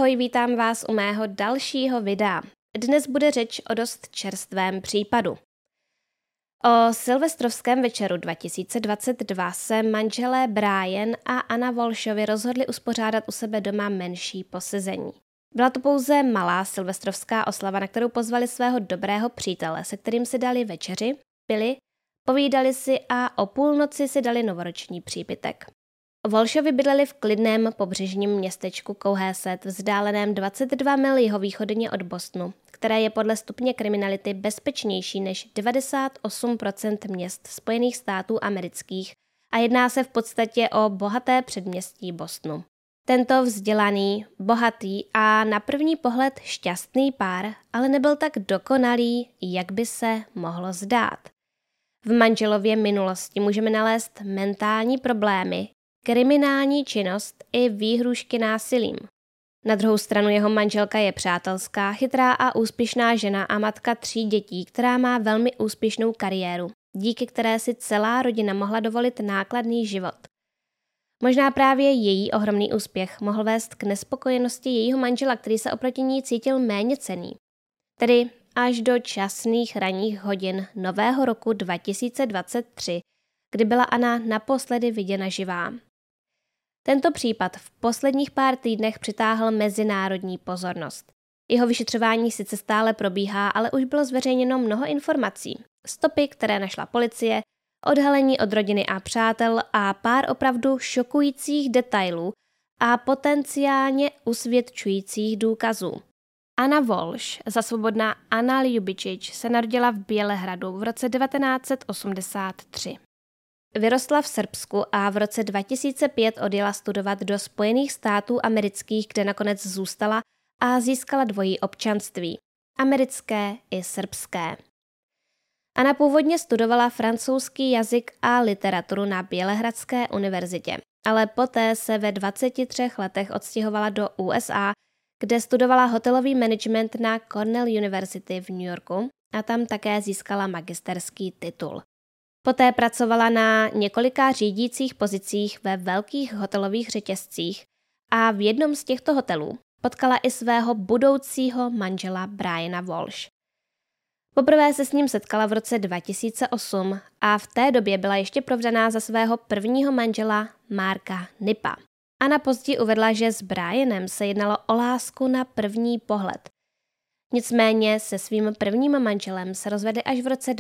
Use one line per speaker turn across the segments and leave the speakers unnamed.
Ahoj, vítám vás u mého dalšího videa. Dnes bude řeč o dost čerstvém případu. O silvestrovském večeru 2022 se manželé Brian a Anna Walshovi rozhodli uspořádat u sebe doma menší posezení. Byla to pouze malá silvestrovská oslava, na kterou pozvali svého dobrého přítele, se kterým si dali večeři, pili, povídali si a o půlnoci si dali novoroční přípitek. Walshovi bydleli v klidném pobřežním městečku Cohasset, vzdáleném 22 mil jihovýchodně od Bostonu, které je podle stupně kriminality bezpečnější než 98% měst Spojených států amerických a jedná se v podstatě o bohaté předměstí Bostonu. Tento vzdělaný, bohatý a na první pohled šťastný pár ale nebyl tak dokonalý, jak by se mohlo zdát. V manželově minulosti můžeme nalézt mentální problémy, kriminální činnost i výhrůžky násilím. Na druhou stranu jeho manželka je přátelská, chytrá a úspěšná žena a matka 3 dětí, která má velmi úspěšnou kariéru, díky které si celá rodina mohla dovolit nákladný život. Možná právě její ohromný úspěch mohl vést k nespokojenosti jejího manžela, který se oproti ní cítil méněcenný. Tedy až do časných ranních hodin nového roku 2023, kdy byla Anna naposledy viděna živá. Tento případ v posledních pár týdnech přitáhl mezinárodní pozornost. Jeho vyšetřování sice stále probíhá, ale už bylo zveřejněno mnoho informací. Stopy, které našla policie, odhalení od rodiny a přátel a pár opravdu šokujících detailů a potenciálně usvědčujících důkazů. Anna Walsh, zasvobodná Anna Ljubičić, se narodila v Bělehradu v roce 1983. Vyrostla v Srbsku a v roce 2005 odjela studovat do Spojených států amerických, kde nakonec zůstala a získala dvojí občanství, americké i srbské. Anna původně studovala francouzský jazyk a literaturu na Bělehradské univerzitě, ale poté se ve 23 letech odstěhovala do USA, kde studovala hotelový management na Cornell University v New Yorku a tam také získala magisterský titul. Poté pracovala na několika řídících pozicích ve velkých hotelových řetězcích a v jednom z těchto hotelů potkala i svého budoucího manžela Briana Walsh. Poprvé se s ním setkala v roce 2008 a v té době byla ještě provdaná za svého prvního manžela Marka Nippa. Anna později uvedla, že s Brianem se jednalo o lásku na první pohled. Nicméně se svým prvním manželem se rozvedli až v roce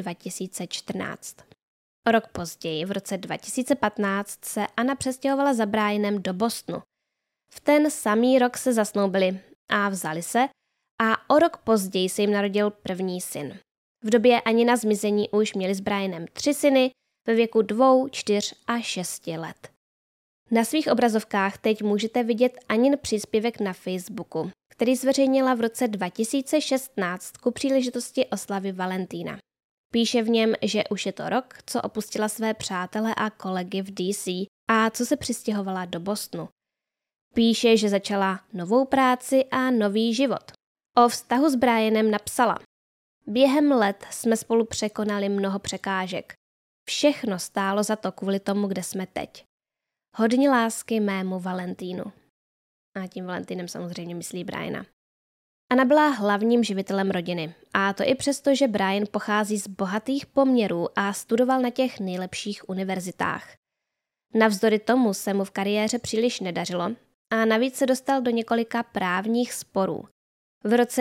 2014. O rok později, v roce 2015, se Anna přestěhovala za Brianem do Bostonu. V ten samý rok se zasnoubili a vzali se a o rok později se jim narodil první syn. V době Annina zmizení už měli s Brianem 3 syny ve věku 2, 4 a 6 let. Na svých obrazovkách teď můžete vidět Annin příspěvek na Facebooku, který zveřejnila v roce 2016 ku příležitosti oslavy Valentína. Píše v něm, že už je to rok, co opustila své přátele a kolegy v DC a co se přistěhovala do Bostonu. Píše, že začala novou práci a nový život. O vztahu s Brianem napsala: Během let jsme spolu překonali mnoho překážek. Všechno stálo za to kvůli tomu, kde jsme teď. Hodně lásky mému Valentínu. A tím Valentínem samozřejmě myslí Briana. Anna byla hlavním živitelem rodiny, a to i přesto, že Brian pochází z bohatých poměrů a studoval na těch nejlepších univerzitách. Navzdory tomu se mu v kariéře příliš nedařilo a navíc se dostal do několika právních sporů. V roce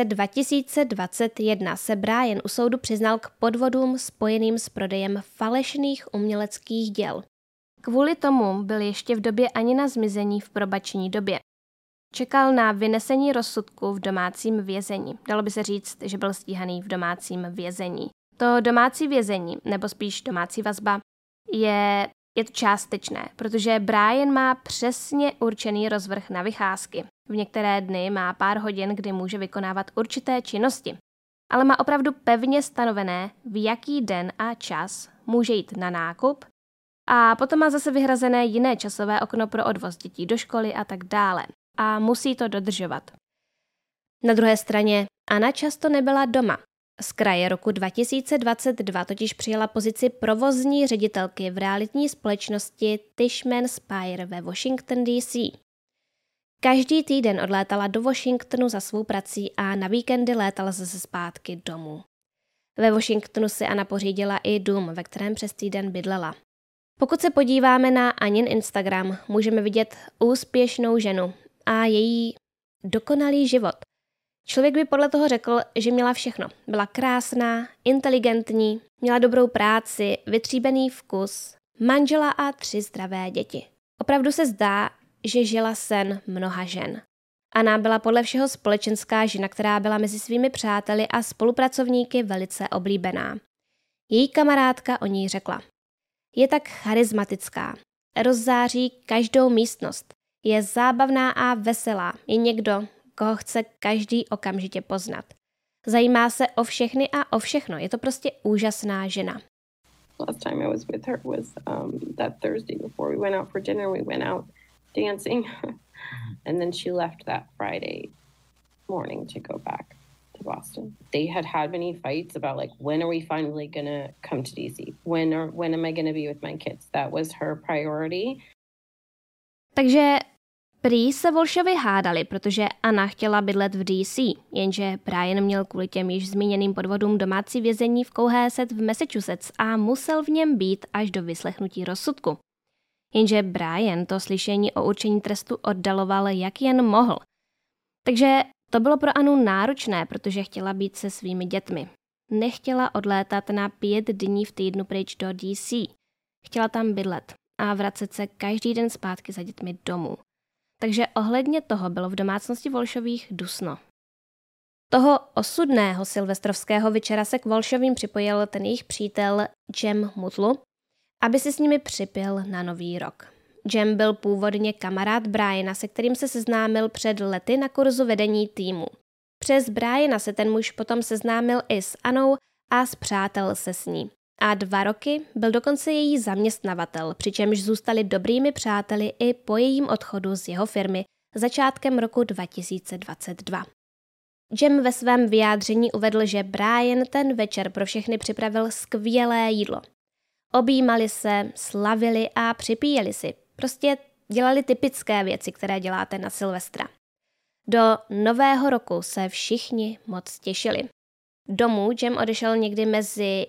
2021 se Brian u soudu přiznal k podvodům spojeným s prodejem falešných uměleckých děl. Kvůli tomu byl ještě v době Annina zmizení v probační době. Čekal na vynesení rozsudku v domácím vězení. Dalo by se říct, že byl stíhaný v domácím vězení. To domácí vězení, nebo spíš domácí vazba, je to částečné, protože Brian má přesně určený rozvrh na vycházky. V některé dny má pár hodin, kdy může vykonávat určité činnosti. Ale má opravdu pevně stanovené, v jaký den a čas může jít na nákup a potom má zase vyhrazené jiné časové okno pro odvoz dětí do školy a tak dále. A musí to dodržovat. Na druhé straně Anna často nebyla doma. Z kraje roku 2022 totiž přijala pozici provozní ředitelky v realitní společnosti Tishman Speyer ve Washington DC. Každý týden odlétala do Washingtonu za svou prací a na víkendy létala zase zpátky domů. Ve Washingtonu si Anna pořídila i dům, ve kterém přes týden bydlela. Pokud se podíváme na Anin Instagram, můžeme vidět úspěšnou ženu a její dokonalý život. Člověk by podle toho řekl, že měla všechno. Byla krásná, inteligentní, měla dobrou práci, vytříbený vkus, manžela a 3 zdravé děti. Opravdu se zdá, že žila sen mnoha žen. Anna byla podle všeho společenská žena, která byla mezi svými přáteli a spolupracovníky velice oblíbená. Její kamarádka o ní řekla: je tak charismatická, rozzáří každou místnost, je zábavná a veselá, je někdo, koho chce každý okamžitě poznat. Zajímá se o všechny a o všechno, je to prostě úžasná žena.
Last time I was with her was that Thursday before we went out for dinner. We went out dancing, and then she left that Friday morning to go back to Boston. They had many fights about like, when are we finally gonna come to DC? When am I gonna be with my kids? That was her priority.
Takže prý se Walshovi hádali, protože Anna chtěla bydlet v DC, jenže Brian měl kvůli těm již zmíněným podvodům domácí vězení v Cohasset v Massachusetts a musel v něm být až do vyslechnutí rozsudku. Jenže Brian to slyšení o určení trestu oddaloval, jak jen mohl. Takže to bylo pro Annu náročné, protože chtěla být se svými dětmi. Nechtěla odlétat na 5 dní v týdnu pryč do DC. Chtěla tam bydlet a vracet se každý den zpátky za dětmi domů. Takže ohledně toho bylo v domácnosti Walshových dusno. Toho osudného silvestrovského večera se k Walshovým připojil ten jejich přítel Jem Mutlu, aby si s nimi připil na Nový rok. Jem byl původně kamarád Briana, se kterým se seznámil před lety na kurzu vedení týmu. Přes Briana se ten muž potom seznámil i s Annou a spřátel se s ní. A 2 roky byl dokonce její zaměstnavatel, přičemž zůstali dobrými přáteli i po jejím odchodu z jeho firmy začátkem roku 2022. Jem ve svém vyjádření uvedl, že Brian ten večer pro všechny připravil skvělé jídlo. Objímali se, slavili a připíjeli si. Prostě dělali typické věci, které děláte na Silvestra. Do Nového roku se všichni moc těšili. Domů Jem odešel někdy mezi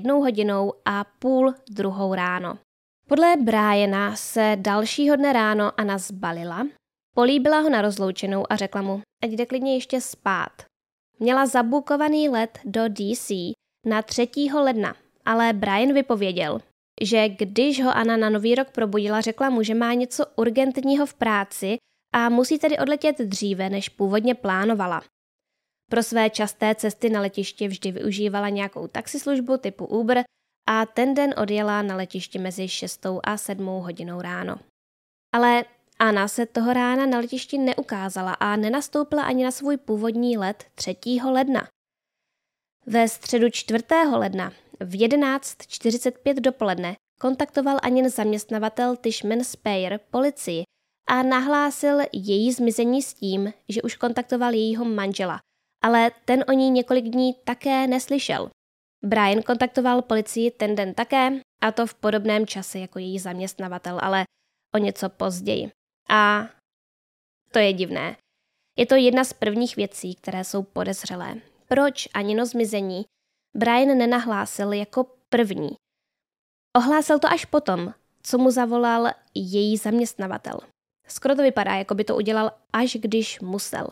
1:30 a 1:30 ráno. Podle Briana se dalšího dne ráno Anna zbalila, políbila ho na rozloučenou a řekla mu, ať jde klidně ještě spát. Měla zabukovaný let do DC na 3. ledna, ale Brian vypověděl, že když ho Anna na Nový rok probudila, řekla mu, že má něco urgentního v práci a musí tedy odletět dříve, než původně plánovala. Pro své časté cesty na letiště vždy využívala nějakou taxislužbu typu Uber a ten den odjela na letiště mezi 6 a 7 hodinou ráno. Ale Anna se toho rána na letišti neukázala a nenastoupila ani na svůj původní let 3. ledna. Ve středu 4. ledna v 11:45 dopoledne kontaktoval Annin zaměstnavatel Tishman Speyer policii a nahlásil její zmizení s tím, že už kontaktoval jejího manžela, ale ten o ní několik dní také neslyšel. Brian kontaktoval policii ten den také, a to v podobném čase jako její zaměstnavatel, ale o něco později. A to je divné. Je to jedna z prvních věcí, které jsou podezřelé. Proč Annino zmizení Brian nenahlásil jako první? Ohlásil to až potom, co mu zavolal její zaměstnavatel. Skoro to vypadá, jako by to udělal, až když musel.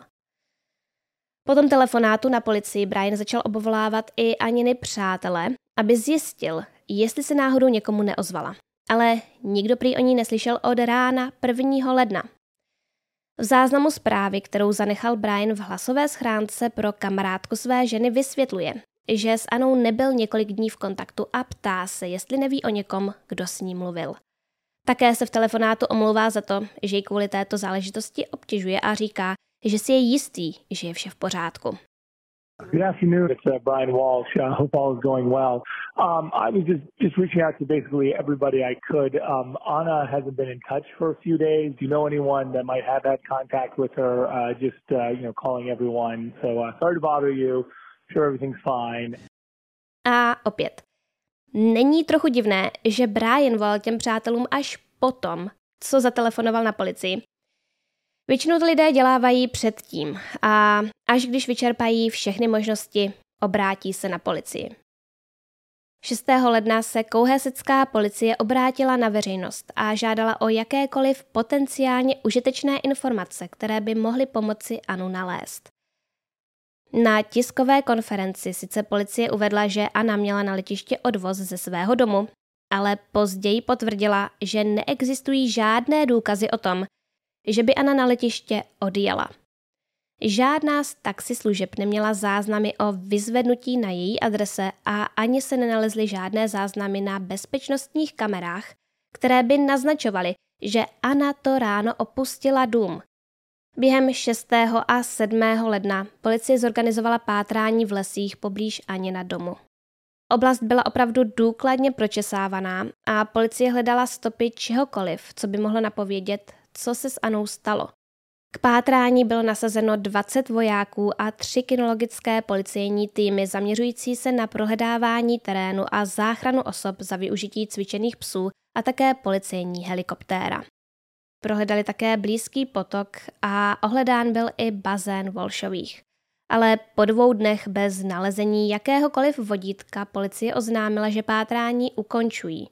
Po tom telefonátu na policii Brian začal obvolávat i Anniny přátele, aby zjistil, jestli se náhodou někomu neozvala. Ale nikdo prý o ní neslyšel od rána 1. ledna. V záznamu zprávy, kterou zanechal Brian v hlasové schránce pro kamarádku své ženy, vysvětluje, že s Annou nebyl několik dní v kontaktu a ptá se, jestli neví o někom, kdo s ní mluvil. Také se v telefonátu omlouvá za to, že ji kvůli této záležitosti obtěžuje a říká, že si je jistý, že je vše v pořádku.
Good afternoon, it's Brian Walsh. Hope all is going well. I was just reaching out to basically everybody I could. Anna hasn't been in touch for a few days. Do you know anyone that might have had contact with her? Calling everyone. So sorry to bother you. Sure, everything's fine.
A opět. Není trochu divné, že Brian volal těm přátelům až potom, co zatelefonoval na policii? Většinou to lidé dělávají předtím a až když vyčerpají všechny možnosti, obrátí se na policii. 6. ledna se Cohasetská policie obrátila na veřejnost a žádala o jakékoliv potenciálně užitečné informace, které by mohly pomoci Annu nalézt. Na tiskové konferenci sice policie uvedla, že Anna měla na letiště odvoz ze svého domu, ale později potvrdila, že neexistují žádné důkazy o tom, že by Anna na letiště odjela. Žádná z taxislužeb neměla záznamy o vyzvednutí na její adrese a ani se nenalezly žádné záznamy na bezpečnostních kamerách, které by naznačovaly, že Anna to ráno opustila dům. Během 6. a 7. ledna policie zorganizovala pátrání v lesích poblíž Annina domu. Oblast byla opravdu důkladně pročesávaná a policie hledala stopy čehokoliv, co by mohlo napovědět, co se s Annou stalo. K pátrání bylo nasazeno 20 vojáků a 3 kynologické policejní týmy zaměřující se na prohledávání terénu a záchranu osob za využití cvičených psů a také policejní helikoptéra. Prohledali také blízký potok a ohledán byl i bazén Walshových. Ale po 2 dnech bez nalezení jakéhokoliv vodítka policie oznámila, že pátrání ukončují.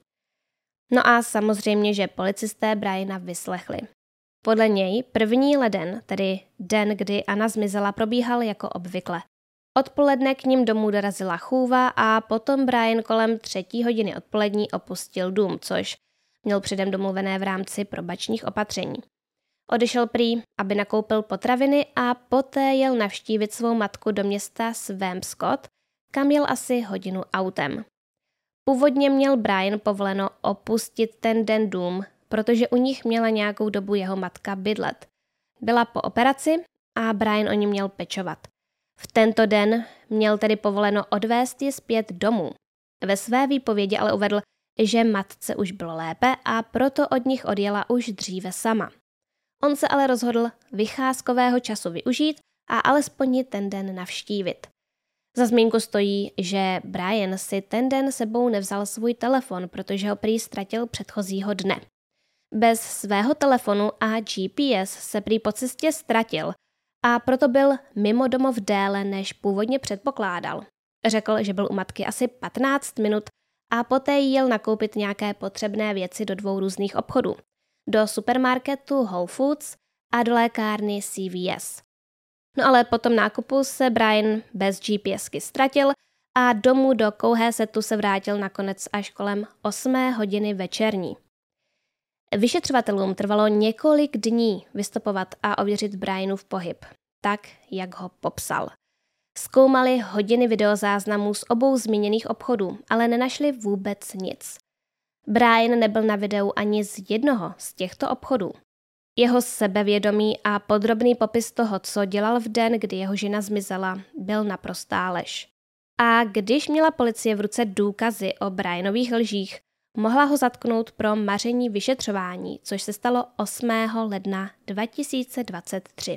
No a samozřejmě, že policisté Briana vyslechli. Podle něj 1. leden, tedy den, kdy Anna zmizela, probíhal jako obvykle. Odpoledne k ním domů dorazila chůva a potom Brian kolem 3. hodiny odpolední opustil dům, což měl předem domluvené v rámci probačních opatření. Odešel prý, aby nakoupil potraviny a poté jel navštívit svou matku do města Swampscott, kam jel asi hodinu autem. Původně měl Brian povoleno opustit ten den dům, protože u nich měla nějakou dobu jeho matka bydlet. Byla po operaci a Brian o ní měl pečovat. V tento den měl tedy povoleno odvést ji zpět domů. Ve své výpovědi ale uvedl, že matce už bylo lépe a proto od nich odjela už dříve sama. On se ale rozhodl vycházkového času využít a alespoň ji ten den navštívit. Za zmínku stojí, že Brian si ten den sebou nevzal svůj telefon, protože ho prý ztratil předchozího dne. Bez svého telefonu a GPS se prý po cestě ztratil a proto byl mimo domov déle, než původně předpokládal. Řekl, že byl u matky asi 15 minut a poté jel nakoupit nějaké potřebné věci do 2 různých obchodů. Do supermarketu Whole Foods a do lékárny CVS. No ale po tom nákupu se Brian bez GPSky ztratil a domů do Cohasetu se vrátil nakonec až kolem 8 hodiny večerní. Vyšetřovatelům trvalo několik dní vystopovat a ověřit Brianův pohyb, tak jak ho popsal. Zkoumali hodiny videozáznamů z obou zmíněných obchodů, ale nenašli vůbec nic. Brian nebyl na videu ani z jednoho z těchto obchodů. Jeho sebevědomí a podrobný popis toho, co dělal v den, kdy jeho žena zmizela, byl naprostá lež. A když měla policie v ruce důkazy o Brianových lžích, mohla ho zatknout pro maření vyšetřování, což se stalo 8. ledna 2023.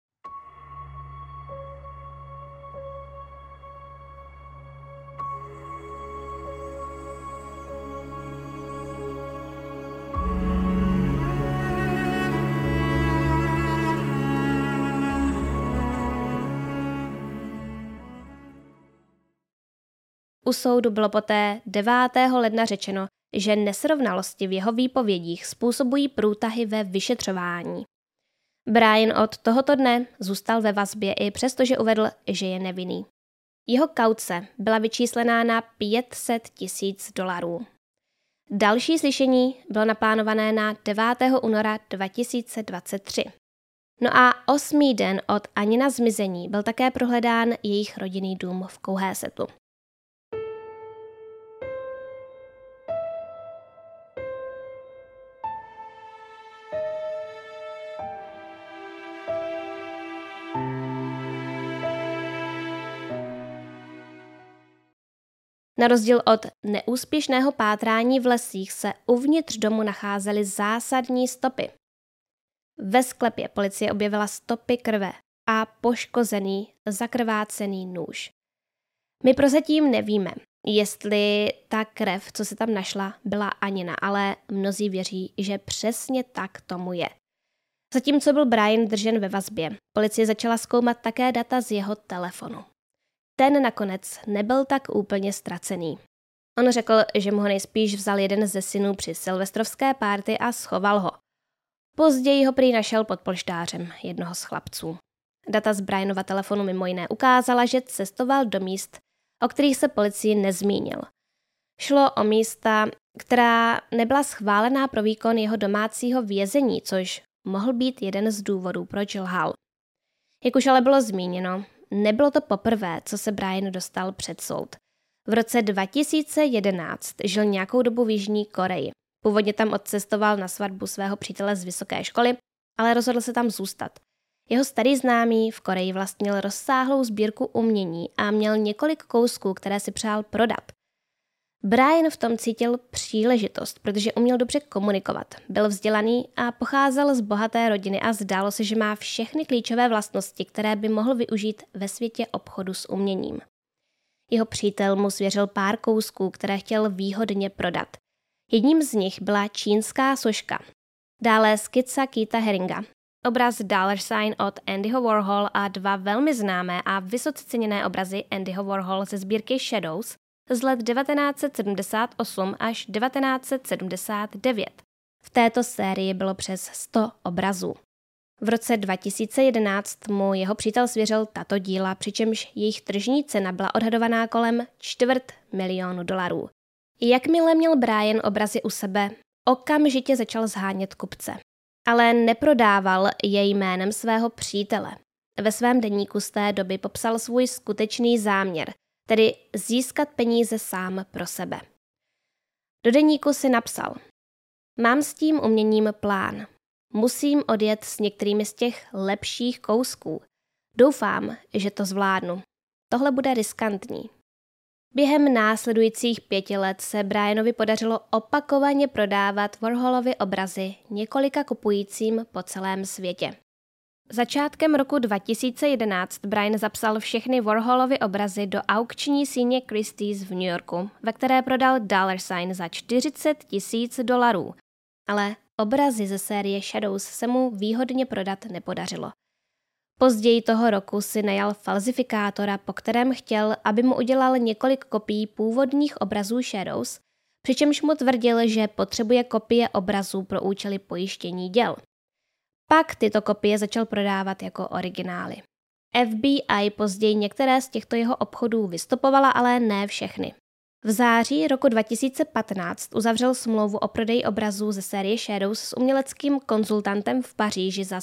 U soudu bylo poté 9. ledna řečeno, že nesrovnalosti v jeho výpovědích způsobují průtahy ve vyšetřování. Brian od tohoto dne zůstal ve vazbě i přesto, že uvedl, že je nevinný. Jeho kauce byla vyčíslená na $500,000. Další slyšení bylo naplánované na 9. února 2023. No a 8. den od Annina zmizení byl také prohledán jejich rodinný dům v Cohasetu. Na rozdíl od neúspěšného pátrání v lesích se uvnitř domu nacházely zásadní stopy. Ve sklepě policie objevila stopy krve a poškozený, zakrvácený nůž. My prozatím nevíme, jestli ta krev, co se tam našla, byla Annina, ale mnozí věří, že přesně tak tomu je. Zatímco byl Brian držen ve vazbě, policie začala zkoumat také data z jeho telefonu. Ten nakonec nebyl tak úplně ztracený. On řekl, že mu ho nejspíš vzal jeden ze synů při silvestrovské párty a schoval ho. Později ho prý našel pod polštářem jednoho z chlapců. Data z Brianova telefonu mimo jiné ukázala, že cestoval do míst, o kterých se policii nezmínil. Šlo o místa, která nebyla schválená pro výkon jeho domácího vězení, což mohl být jeden z důvodů, proč lhal. Jak už ale bylo zmíněno, nebylo to poprvé, co se Brian dostal před soud. V roce 2011 žil nějakou dobu v Jižní Koreji. Původně tam odcestoval na svatbu svého přítele z vysoké školy, ale rozhodl se tam zůstat. Jeho starý známý v Koreji vlastnil rozsáhlou sbírku umění a měl několik kousků, které si přál prodat. Brian v tom cítil příležitost, protože uměl dobře komunikovat, byl vzdělaný a pocházel z bohaté rodiny a zdálo se, že má všechny klíčové vlastnosti, které by mohl využít ve světě obchodu s uměním. Jeho přítel mu svěřil pár kousků, které chtěl výhodně prodat. Jedním z nich byla čínská soška. Dále skica Keitha Haringa, obraz Dollar Sign od Andyho Warhol a dva velmi známé a vysoce ceněné obrazy Andyho Warhol ze sbírky Shadows z let 1978 až 1979. V této sérii bylo přes 100 obrazů. V roce 2011 mu jeho přítel svěřil tato díla, přičemž jejich tržní cena byla odhadovaná kolem $250,000. Jakmile měl Brian obrazy u sebe, okamžitě začal shánět kupce. Ale neprodával je jménem svého přítele. Ve svém deníku z té doby popsal svůj skutečný záměr, tedy získat peníze sám pro sebe. Do deníku si napsal: Mám s tím uměním plán. Musím odjet s některými z těch lepších kousků. Doufám, že to zvládnu. Tohle bude riskantní. Během následujících 5 let se Brianovi podařilo opakovaně prodávat Warholovy obrazy několika kupujícím po celém světě. Začátkem roku 2011 Brian zapsal všechny Warholovy obrazy do aukční síně Christie's v New Yorku, ve které prodal Dollar Sign za $40,000. Ale obrazy ze série Shadows se mu výhodně prodat nepodařilo. Později toho roku si najal falzifikátora, po kterém chtěl, aby mu udělal několik kopií původních obrazů Shadows, přičemž mu tvrdil, že potřebuje kopie obrazů pro účely pojištění děl. Pak tyto kopie začal prodávat jako originály. FBI později některé z těchto jeho obchodů vystopovala, ale ne všechny. V září roku 2015 uzavřel smlouvu o prodeji obrazů ze série Shadows s uměleckým konzultantem v Paříži za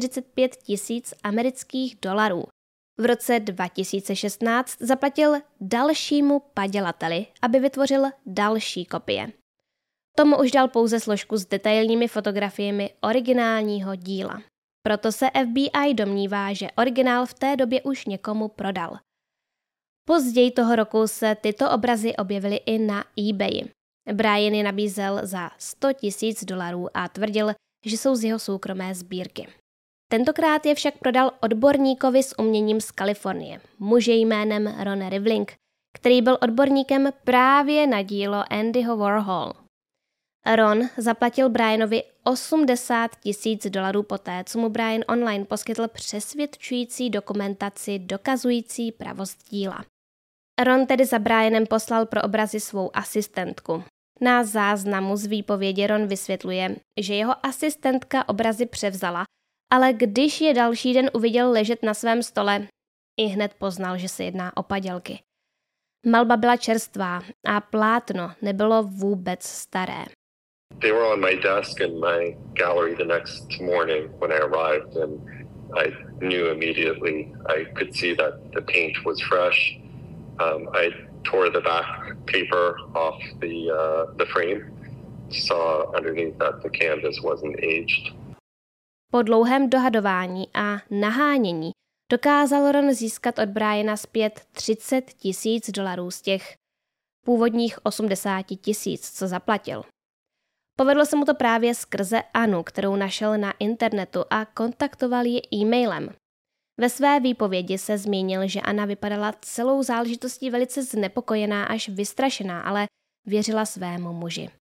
$145,000. V roce 2016 zaplatil dalšímu padělateli, aby vytvořil další kopie. Tomu už dal pouze složku s detailními fotografiemi originálního díla. Proto se FBI domnívá, že originál v té době už někomu prodal. Později toho roku se tyto obrazy objevily i na eBay. Brian je nabízel za $100,000 a tvrdil, že jsou z jeho soukromé sbírky. Tentokrát je však prodal odborníkovi s uměním z Kalifornie, muži jménem Ron Rivling, který byl odborníkem právě na dílo Andyho Warhol. Ron zaplatil Brianovi $80,000 poté, co mu Brian online poskytl přesvědčující dokumentaci dokazující pravost díla. Ron tedy za Brianem poslal pro obrazy svou asistentku. Na záznamu z výpovědi Ron vysvětluje, že jeho asistentka obrazy převzala, ale když je další den uviděl ležet na svém stole, ihned poznal, že se jedná o padělky. Malba byla čerstvá a plátno nebylo vůbec staré.
They were on my desk in my gallery the next morning when I arrived, and I knew immediately. I could see that the paint was fresh. I tore the back paper off the frame. Saw underneath that the canvas wasn't aged.
Po dlouhém dohadování a nahánění dokázal Ron získat od Briana zpět $30,000 z těch původních $80,000, co zaplatil. Povedlo se mu to právě skrze Anu, kterou našel na internetu a kontaktoval ji e-mailem. Ve své výpovědi se zmínil, že Anna vypadala celou záležitostí velice znepokojená až vystrašená, ale věřila svému muži.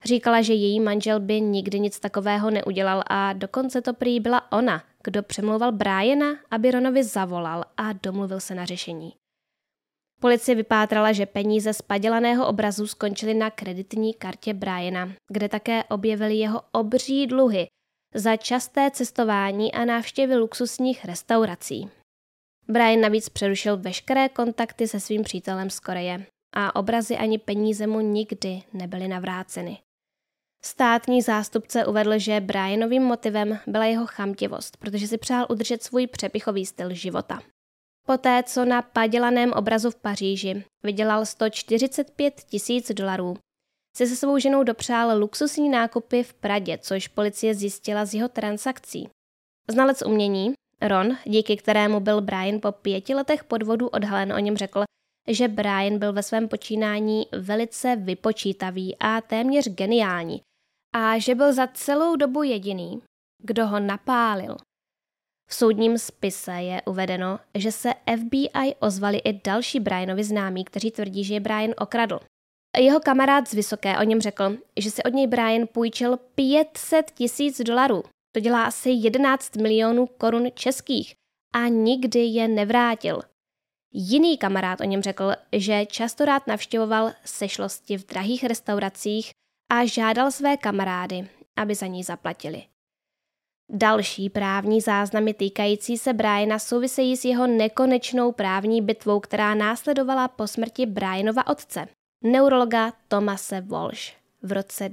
Říkala, že její manžel by nikdy nic takového neudělal a dokonce to prý byla ona, kdo přemlouval Briana, aby Ronovi zavolal a domluvil se na řešení. Policie vypátrala, že peníze z padělaného obrazu skončily na kreditní kartě Briana, kde také objevili jeho obří dluhy za časté cestování a návštěvy luxusních restaurací. Brian navíc přerušil veškeré kontakty se svým přítelem z Koreje a obrazy ani peníze mu nikdy nebyly navráceny. Státní zástupce uvedl, že Brianovým motivem byla jeho chamtivost, protože si přál udržet svůj přepichový styl života. Poté, co na padělaném obrazu v Paříži vydělal $145,000, si se svou ženou dopřál luxusní nákupy v Pradě, což policie zjistila z jeho transakcí. Znalec umění, Ron, díky kterému byl Brian po 5 letech podvodu odhalen, o něm řekl, že Brian byl ve svém počínání velice vypočítavý a téměř geniální a že byl za celou dobu jediný, kdo ho napálil. V soudním spise je uvedeno, že se FBI ozvali i další Brianovi známí, kteří tvrdí, že je Brian okradl. Jeho kamarád z Vysoké o něm řekl, že si od něj Brian půjčil $500,000. To dělá asi 11 milionů korun českých a nikdy je nevrátil. Jiný kamarád o něm řekl, že často rád navštěvoval sešlosti v drahých restauracích a žádal své kamarády, aby za ní zaplatili. Další právní záznamy týkající se Briana souvisejí s jeho nekonečnou právní bitvou, která následovala po smrti Brianova otce, neurologa Thomase Walsh v roce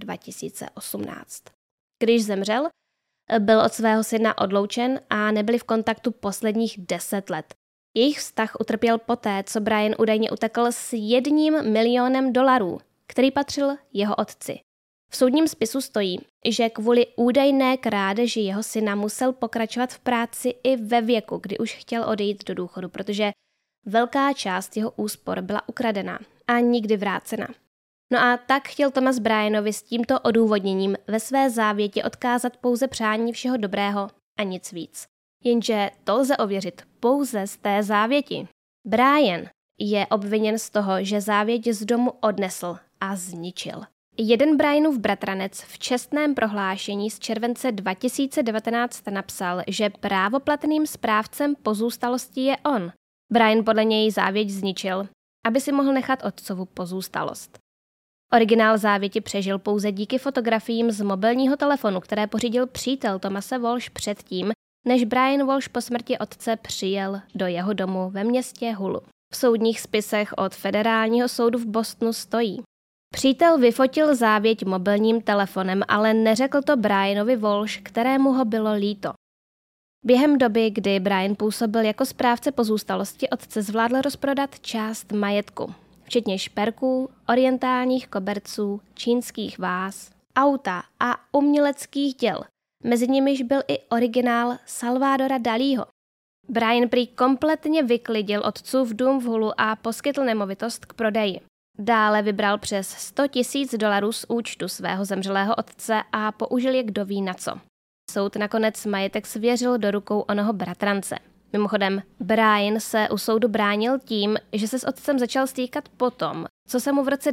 2018. Když zemřel, byl od svého syna odloučen a nebyli v kontaktu posledních 10 let. Jejich vztah utrpěl poté, co Brian údajně utekl s $1 milion, který patřil jeho otci. V soudním spisu stojí, že kvůli údajné krádeži jeho syna musel pokračovat v práci i ve věku, kdy už chtěl odejít do důchodu, protože velká část jeho úspor byla ukradena a nikdy vrácena. No a tak chtěl Thomas Brianovi s tímto odůvodněním ve své závěti odkázat pouze přání všeho dobrého a nic víc. Jenže to lze ověřit pouze z té závěti. Brian je obviněn z toho, že závěť z domu odnesl a zničil. Jeden Brianův bratranec v čestném prohlášení z července 2019 napsal, že právoplatným správcem pozůstalosti je on. Brian podle něj závěť zničil, aby si mohl nechat otcovu pozůstalost. Originál závěti přežil pouze díky fotografiím z mobilního telefonu, které pořídil přítel Thomase Walsh předtím, než Brian Walsh po smrti otce přijel do jeho domu ve městě Hulu. V soudních spisech od Federálního soudu v Bostonu stojí: přítel vyfotil závěť mobilním telefonem, ale neřekl to Brianovi Walsh, kterému ho bylo líto. Během doby, kdy Brian působil jako správce pozůstalosti, otce zvládl rozprodat část majetku, včetně šperků, orientálních koberců, čínských váz, auta a uměleckých děl. Mezi nimiž byl i originál Salvadora Dalího. Brian prý kompletně vyklidil otcův dům v Hulu a poskytl nemovitost k prodeji. Dále vybral přes $100,000 z účtu svého zemřelého otce a použil je kdo ví na co. Soud nakonec majetek svěřil do rukou onoho bratrance. Mimochodem, Brian se u soudu bránil tím, že se s otcem začal stýkat potom, co se mu v roce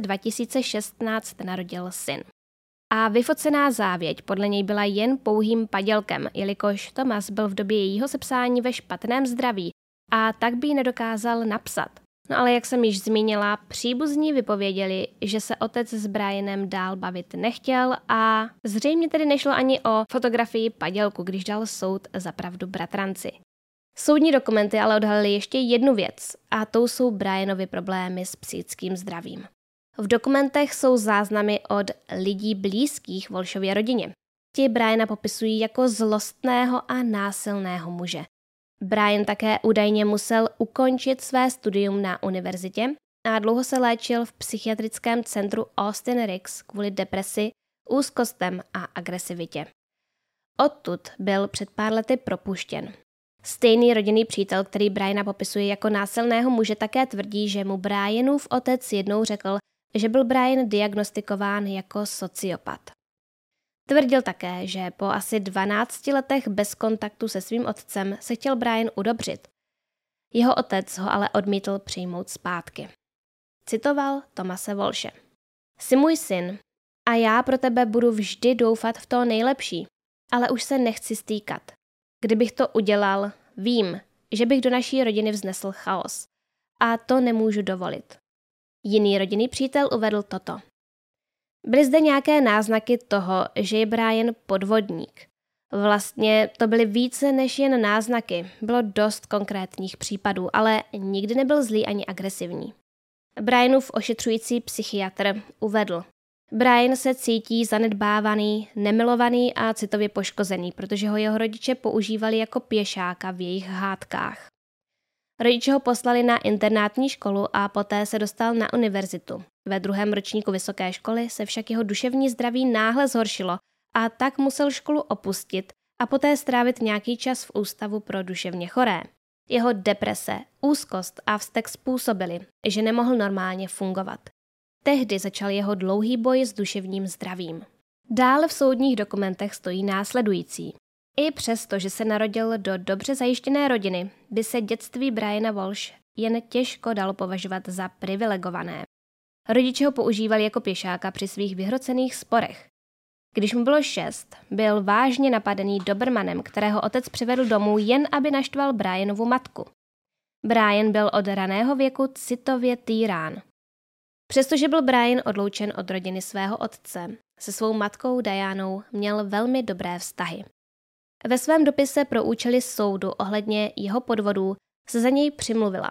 2016 narodil syn. A vyfocená závěť podle něj byla jen pouhým padělkem, jelikož Thomas byl v době jejího sepsání ve špatném zdraví a tak by ji nedokázal napsat. No ale jak jsem již zmínila, příbuzní vypověděli, že se otec s Brianem dál bavit nechtěl a zřejmě tedy nešlo ani o fotografii padělku, když dal soud za pravdu bratranci. Soudní dokumenty ale odhalily ještě jednu věc a tou jsou Brianovy problémy s psychickým zdravím. V dokumentech jsou záznamy od lidí blízkých Walshově rodině. Ti Briana popisují jako zlostného a násilného muže. Brian také údajně musel ukončit své studium na univerzitě a dlouho se léčil v psychiatrickém centru Austin Ricks kvůli depresi, úzkostem a agresivitě. Odtud byl před pár lety propuštěn. Stejný rodinný přítel, který Briana popisuje jako násilného muže, také tvrdí, že mu Brianův otec jednou řekl, že byl Brian diagnostikován jako sociopat. Tvrdil také, že po asi 12 letech bez kontaktu se svým otcem se chtěl Brian udobřit. Jeho otec ho ale odmítl přijmout zpátky. Citoval Thomase Walshe. Jsi můj syn a já pro tebe budu vždy doufat v to nejlepší, ale už se nechci stýkat. Kdybych to udělal, vím, že bych do naší rodiny vznesl chaos. A to nemůžu dovolit. Jiný rodinný přítel uvedl toto. Byly zde nějaké náznaky toho, že je Brian podvodník. Vlastně to byly více než jen náznaky, bylo dost konkrétních případů, ale nikdy nebyl zlý ani agresivní. Brianův ošetřující psychiatr uvedl. Brian se cítí zanedbávaný, nemilovaný a citově poškozený, protože ho jeho rodiče používali jako pěšáka v jejich hádkách. Rodiče ho poslali na internátní školu a poté se dostal na univerzitu. Ve 2. ročníku vysoké školy se však jeho duševní zdraví náhle zhoršilo a tak musel školu opustit a poté strávit nějaký čas v ústavu pro duševně choré. Jeho deprese, úzkost a vztek způsobili, že nemohl normálně fungovat. Tehdy začal jeho dlouhý boj s duševním zdravím. Dále v soudních dokumentech stojí následující. I přesto, že se narodil do dobře zajištěné rodiny, by se dětství Briana Walsh jen těžko dalo považovat za privilegované. Rodiče ho používali jako pěšáka při svých vyhrocených sporech. Když mu bylo 6, byl vážně napadený Dobermanem, kterého otec přivedl domů jen aby naštval Brianovu matku. Brian byl od raného věku citově týrán. Přestože byl Brian odloučen od rodiny svého otce, se svou matkou Dianou měl velmi dobré vztahy. Ve svém dopise pro účely soudu ohledně jeho podvodů se za něj přimluvila.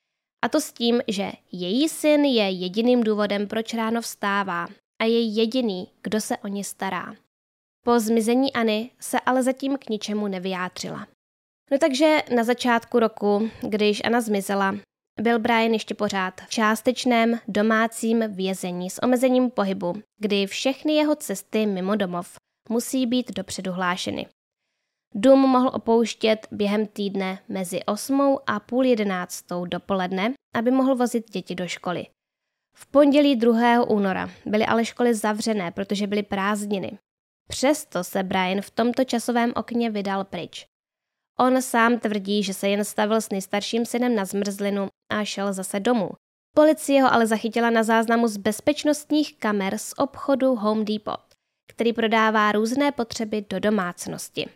A to s tím, že její syn je jediným důvodem, proč ráno vstává a je jediný, kdo se o ně stará. Po zmizení Anny se ale zatím k ničemu nevyjádřila. No takže na začátku roku, když Anna zmizela, byl Brian ještě pořád v částečném domácím vězení s omezením pohybu, kdy všechny jeho cesty mimo domov musí být dopředu hlášeny. Dům mohl opouštět během týdne mezi 8 a půl 11 dopoledne, aby mohl vozit děti do školy. V pondělí 2. února byly ale školy zavřené, protože byly prázdniny. Přesto se Brian v tomto časovém okně vydal pryč. On sám tvrdí, že se jen stavil s nejstarším synem na zmrzlinu a šel zase domů. Policie ho ale zachytila na záznamu z bezpečnostních kamer z obchodu Home Depot, který prodává různé potřeby do domácnosti.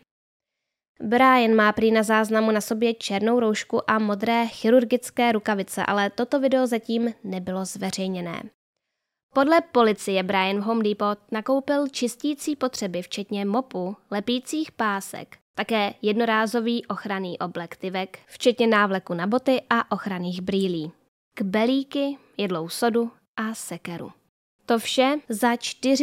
Brian má prý na záznamu na sobě černou roušku a modré chirurgické rukavice, ale toto video zatím nebylo zveřejněné. Podle policie Brian v Home Depot nakoupil čistící potřeby včetně mopu, lepících pásek, také jednorázový ochranný oblek Tyvek, včetně návleku na boty a ochranných brýlí, kbelíky, jedlou sodu a sekeru. To vše za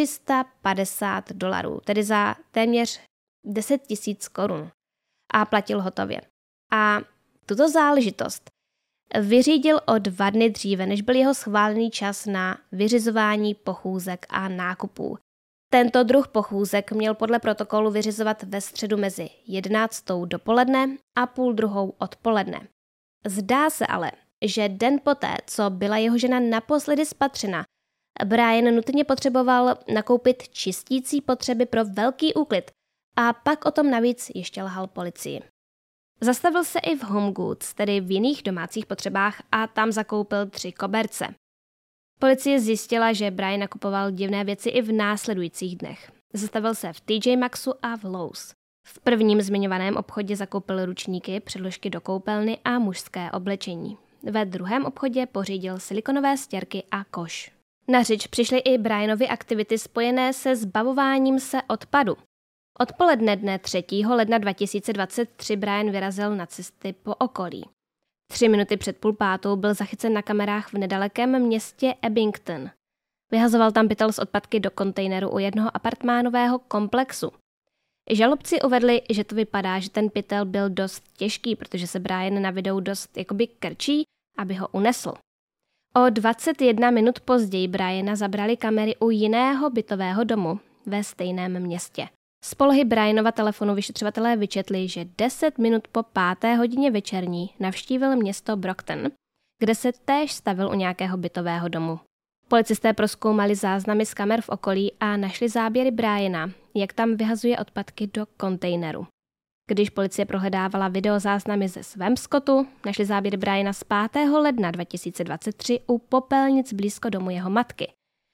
$450, tedy za téměř 10 000 korun. A platil hotově. A tuto záležitost vyřídil o 2 dny dříve, než byl jeho schválený čas na vyřizování pochůzek a nákupů. Tento druh pochůzek měl podle protokolu vyřizovat ve středu mezi 11. dopoledne a 12:30 odpoledne. Zdá se ale, že den poté, co byla jeho žena naposledy spatřena, Brian nutně potřeboval nakoupit čistící potřeby pro velký úklid a pak o tom navíc ještě lhal policii. Zastavil se i v Home Goods, tedy v jiných domácích potřebách, a tam zakoupil 3 koberce. Policie zjistila, že Brian nakupoval divné věci i v následujících dnech. Zastavil se v TJ Maxxu a v Lowe's. V prvním zmiňovaném obchodě zakoupil ručníky, předložky do koupelny a mužské oblečení. Ve druhém obchodě pořídil silikonové stěrky a koš. Na řeč přišly i Brianovy aktivity spojené se zbavováním se odpadu. Odpoledne dne 3. ledna 2023 Brian vyrazil na cesty po okolí. 3 minuty před 4:30 byl zachycen na kamerách v nedalekém městě Abington. Vyhazoval tam pytel s odpadky do kontejneru u jednoho apartmánového komplexu. Žalobci uvedli, že to vypadá, že ten pytel byl dost těžký, protože se Brian na videu dost jakoby krčí, aby ho unesl. O 21 minut později Briana zabrali kamery u jiného bytového domu ve stejném městě. Z polohy Brianova telefonu vyšetřovatelé vyčetli, že 10 minut po 5. hodině večerní navštívil město Brockton, kde se též stavil u nějakého bytového domu. Policisté prozkoumali záznamy z kamer v okolí a našli záběry Briana, jak tam vyhazuje odpadky do kontejneru. Když policie prohledávala videozáznamy ze Swampscottu, našli záběry Briana z 5. ledna 2023 u popelnic blízko domu jeho matky.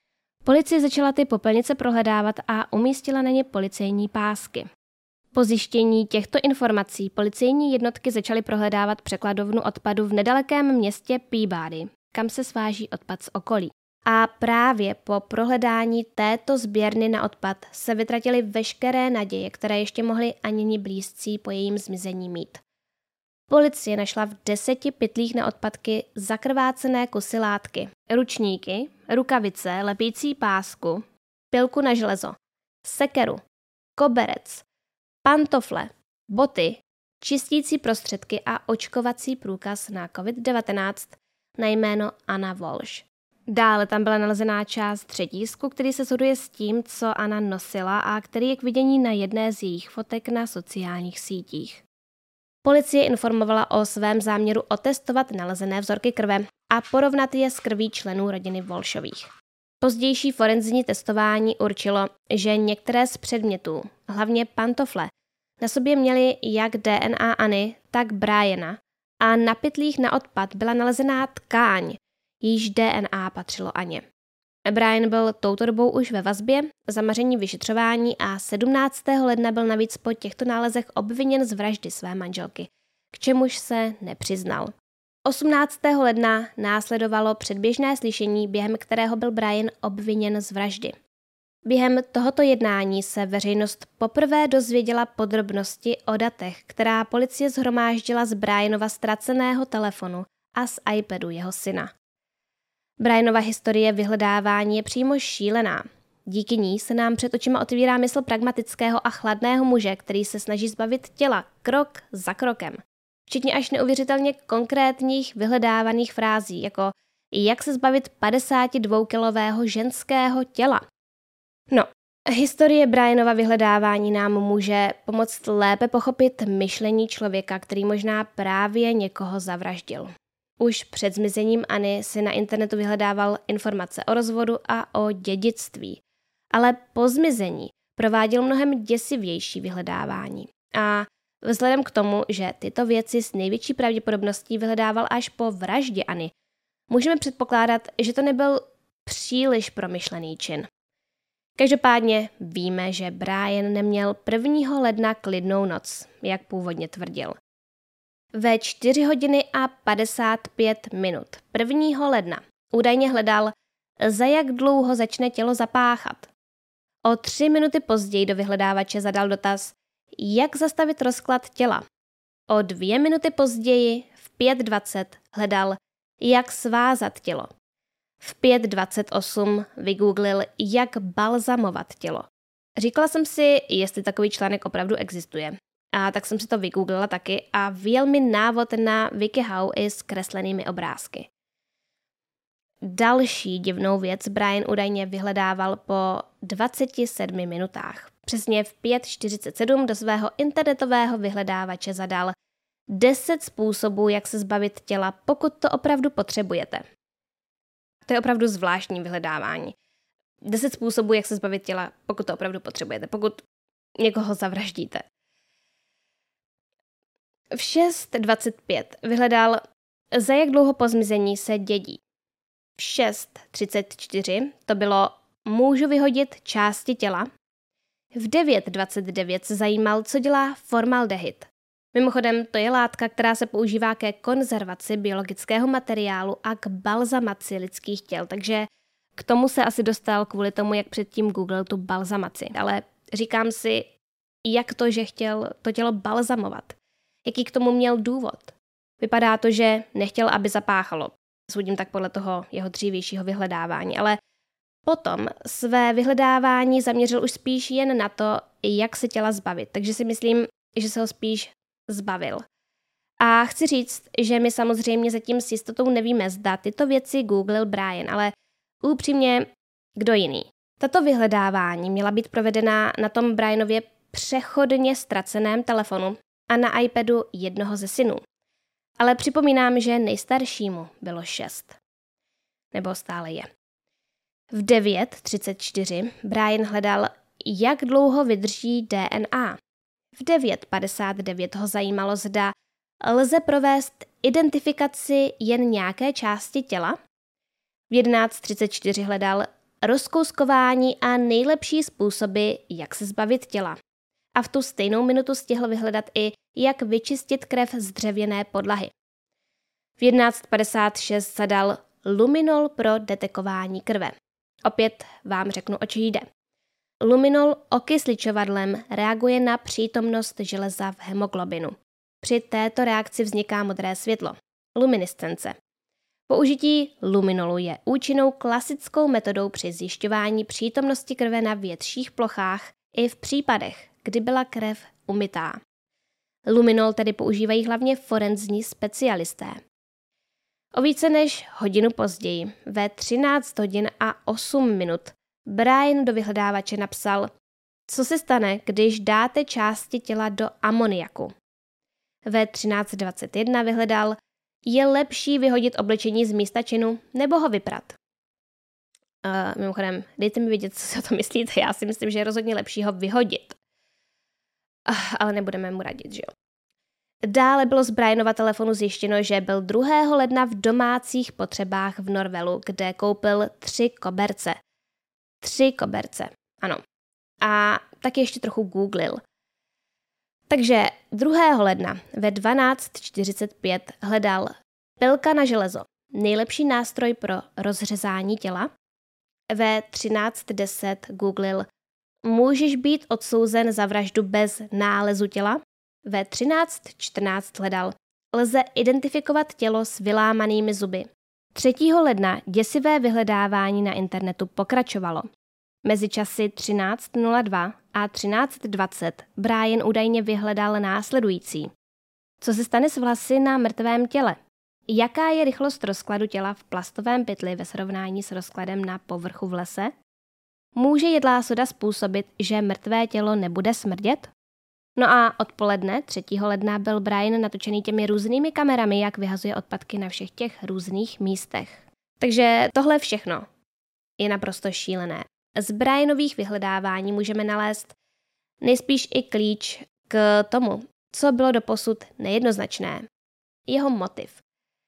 Policie začala ty popelnice prohledávat a umístila na ně policejní pásky. Po zjištění těchto informací policejní jednotky začaly prohledávat překladovnu odpadu v nedalekém městě Peabody, kam se sváží odpad z okolí. A právě po prohledání této sběrny na odpad se vytratily veškeré naděje, které ještě mohli Aněni blízcí po jejím zmizení mít. Policie našla v 10 pytlích na odpadky zakrvácené kusy látky, ručníky, rukavice, lepící pásku, pilku na železo, sekeru, koberec, pantofle, boty, čistící prostředky a očkovací průkaz na COVID-19 na jméno Anna Walsh. Dále tam byla nalezená část třetísku, který se shoduje s tím, co Anna nosila a který je k vidění na jedné z jejich fotek na sociálních sítích. Policie informovala o svém záměru otestovat nalezené vzorky krve a porovnat je s krví členů rodiny Walshových. Pozdější forenzní testování určilo, že některé z předmětů, hlavně pantofle, na sobě měly jak DNA Anny, tak Briana a na pytlích na odpad byla nalezená tkáň, jejíž DNA patřilo Anně. Brian byl touto dobou už ve vazbě, zamaření vyšetřování a 17. ledna byl navíc po těchto nálezech obviněn z vraždy své manželky, k čemuž se nepřiznal. 18. ledna následovalo předběžné slyšení, během kterého byl Brian obviněn z vraždy. Během tohoto jednání se veřejnost poprvé dozvěděla podrobnosti o datech, která policie shromáždila z Brianova ztraceného telefonu a z iPadu jeho syna. Brianova historie vyhledávání je přímo šílená. Díky ní se nám před očima otvírá mysl pragmatického a chladného muže, který se snaží zbavit těla krok za krokem. Včetně až neuvěřitelně konkrétních vyhledávaných frází, jako jak se zbavit 52kilového ženského těla. No, historie Brianova vyhledávání nám může pomoct lépe pochopit myšlení člověka, který možná právě někoho zavraždil. Už před zmizením Anny si na internetu vyhledával informace o rozvodu a o dědictví, ale po zmizení prováděl mnohem děsivější vyhledávání. A vzhledem k tomu, že tyto věci s největší pravděpodobností vyhledával až po vraždě Anny, můžeme předpokládat, že to nebyl příliš promyšlený čin. Každopádně víme, že Brian neměl 1. ledna klidnou noc, jak původně tvrdil. Ve 4 hodiny a 55 minut 1. ledna údajně hledal, za jak dlouho začne tělo zapáchat. O 3 minuty později do vyhledávače zadal dotaz, jak zastavit rozklad těla. O 2 minuty později v 5:20 hledal, jak svázat tělo. V 5:28 vygooglil, jak balzamovat tělo. Říkala jsem si, jestli takový článek opravdu existuje. A tak jsem si to vygooglila taky a vyjel mi návod na WikiHow i s kreslenými obrázky. Další divnou věc Brian údajně vyhledával po 27 minutách. Přesně v 5:47 do svého internetového vyhledávače zadal 10 způsobů, jak se zbavit těla, pokud to opravdu potřebujete. To je opravdu zvláštní vyhledávání. 10 způsobů, jak se zbavit těla, pokud to opravdu potřebujete, pokud někoho zavraždíte. V 6:25 vyhledal, za jak dlouho po zmizení se dědí. V 6:34 to bylo, můžu vyhodit části těla. V 9:29 se zajímal, co dělá formaldehyd. Mimochodem, to je látka, která se používá ke konzervaci biologického materiálu a k balzamaci lidských těl, takže k tomu se asi dostal kvůli tomu, jak předtím googlil tu balzamaci. Ale říkám si, jak to, že chtěl to tělo balzamovat. Jaký k tomu měl důvod? Vypadá to, že nechtěl, aby zapáchalo. Soudím tak podle toho jeho dřívějšího vyhledávání, ale potom své vyhledávání zaměřil už spíš jen na to, jak se těla zbavit. Takže si myslím, že se ho spíš zbavil. A chci říct, že my samozřejmě zatím s jistotou nevíme, zda tyto věci googlil Brian, ale upřímně, kdo jiný. Tato vyhledávání měla být provedena na tom Brianově přechodně ztraceném telefonu a na iPadu jednoho ze synů. Ale připomínám, že nejstaršímu bylo 6. Nebo stále je. V 9:34 Brian hledal, jak dlouho vydrží DNA. V 9:59 ho zajímalo, zda lze provést identifikaci jen nějaké části těla. V 11:34 hledal, rozkouskování a nejlepší způsoby, jak se zbavit těla. A v tu stejnou minutu stihl vyhledat i, jak vyčistit krev z dřevěné podlahy. V 11:56 zadal luminol pro detekování krve. Opět vám řeknu, o čem jde. Luminol okysličovadlem reaguje na přítomnost železa v hemoglobinu. Při této reakci vzniká modré světlo. Luminescence. Použití luminolu je účinnou klasickou metodou při zjišťování přítomnosti krve na větších plochách i v případech, kdy byla krev umytá. Luminol tedy používají hlavně forenzní specialisté. O více než hodinu později, ve 13 hodin a 8 minut, Brian do vyhledávače napsal, co se stane, když dáte části těla do amoniaku. Ve 13:21 vyhledal, je lepší vyhodit oblečení z místa činu nebo ho vyprat. Mimochodem, dejte mi vědět, co si o to myslíte. Já si myslím, že je rozhodně lepší ho vyhodit. Ale nebudeme mu radit, že jo. Dále bylo z Brianova telefonu zjištěno, že byl 2. ledna v domácích potřebách v Norvelu, kde koupil 3 koberce. 3 koberce, ano. A taky ještě trochu googlil. Takže 2. ledna ve 12:45 hledal pilka na železo, nejlepší nástroj pro rozřezání těla. Ve 13:10 googlil, můžeš být odsouzen za vraždu bez nálezu těla. Ve 13:14 hledal, lze identifikovat tělo s vylámanými zuby. 3. ledna děsivé vyhledávání na internetu pokračovalo. Mezi časy 13:02 a 13:20 Brian údajně vyhledal následující. Co se stane s vlasy na mrtvém těle? Jaká je rychlost rozkladu těla v plastovém pytli ve srovnání s rozkladem na povrchu v lese? Může jedlá soda způsobit, že mrtvé tělo nebude smrdět? No a odpoledne 3. ledna byl Brian natočený těmi různými kamerami, jak vyhazuje odpadky na všech těch různých místech. Takže tohle všechno je naprosto šílené. Z Brianových vyhledávání můžeme nalézt nejspíš i klíč k tomu, co bylo doposud nejednoznačné. Jeho motiv.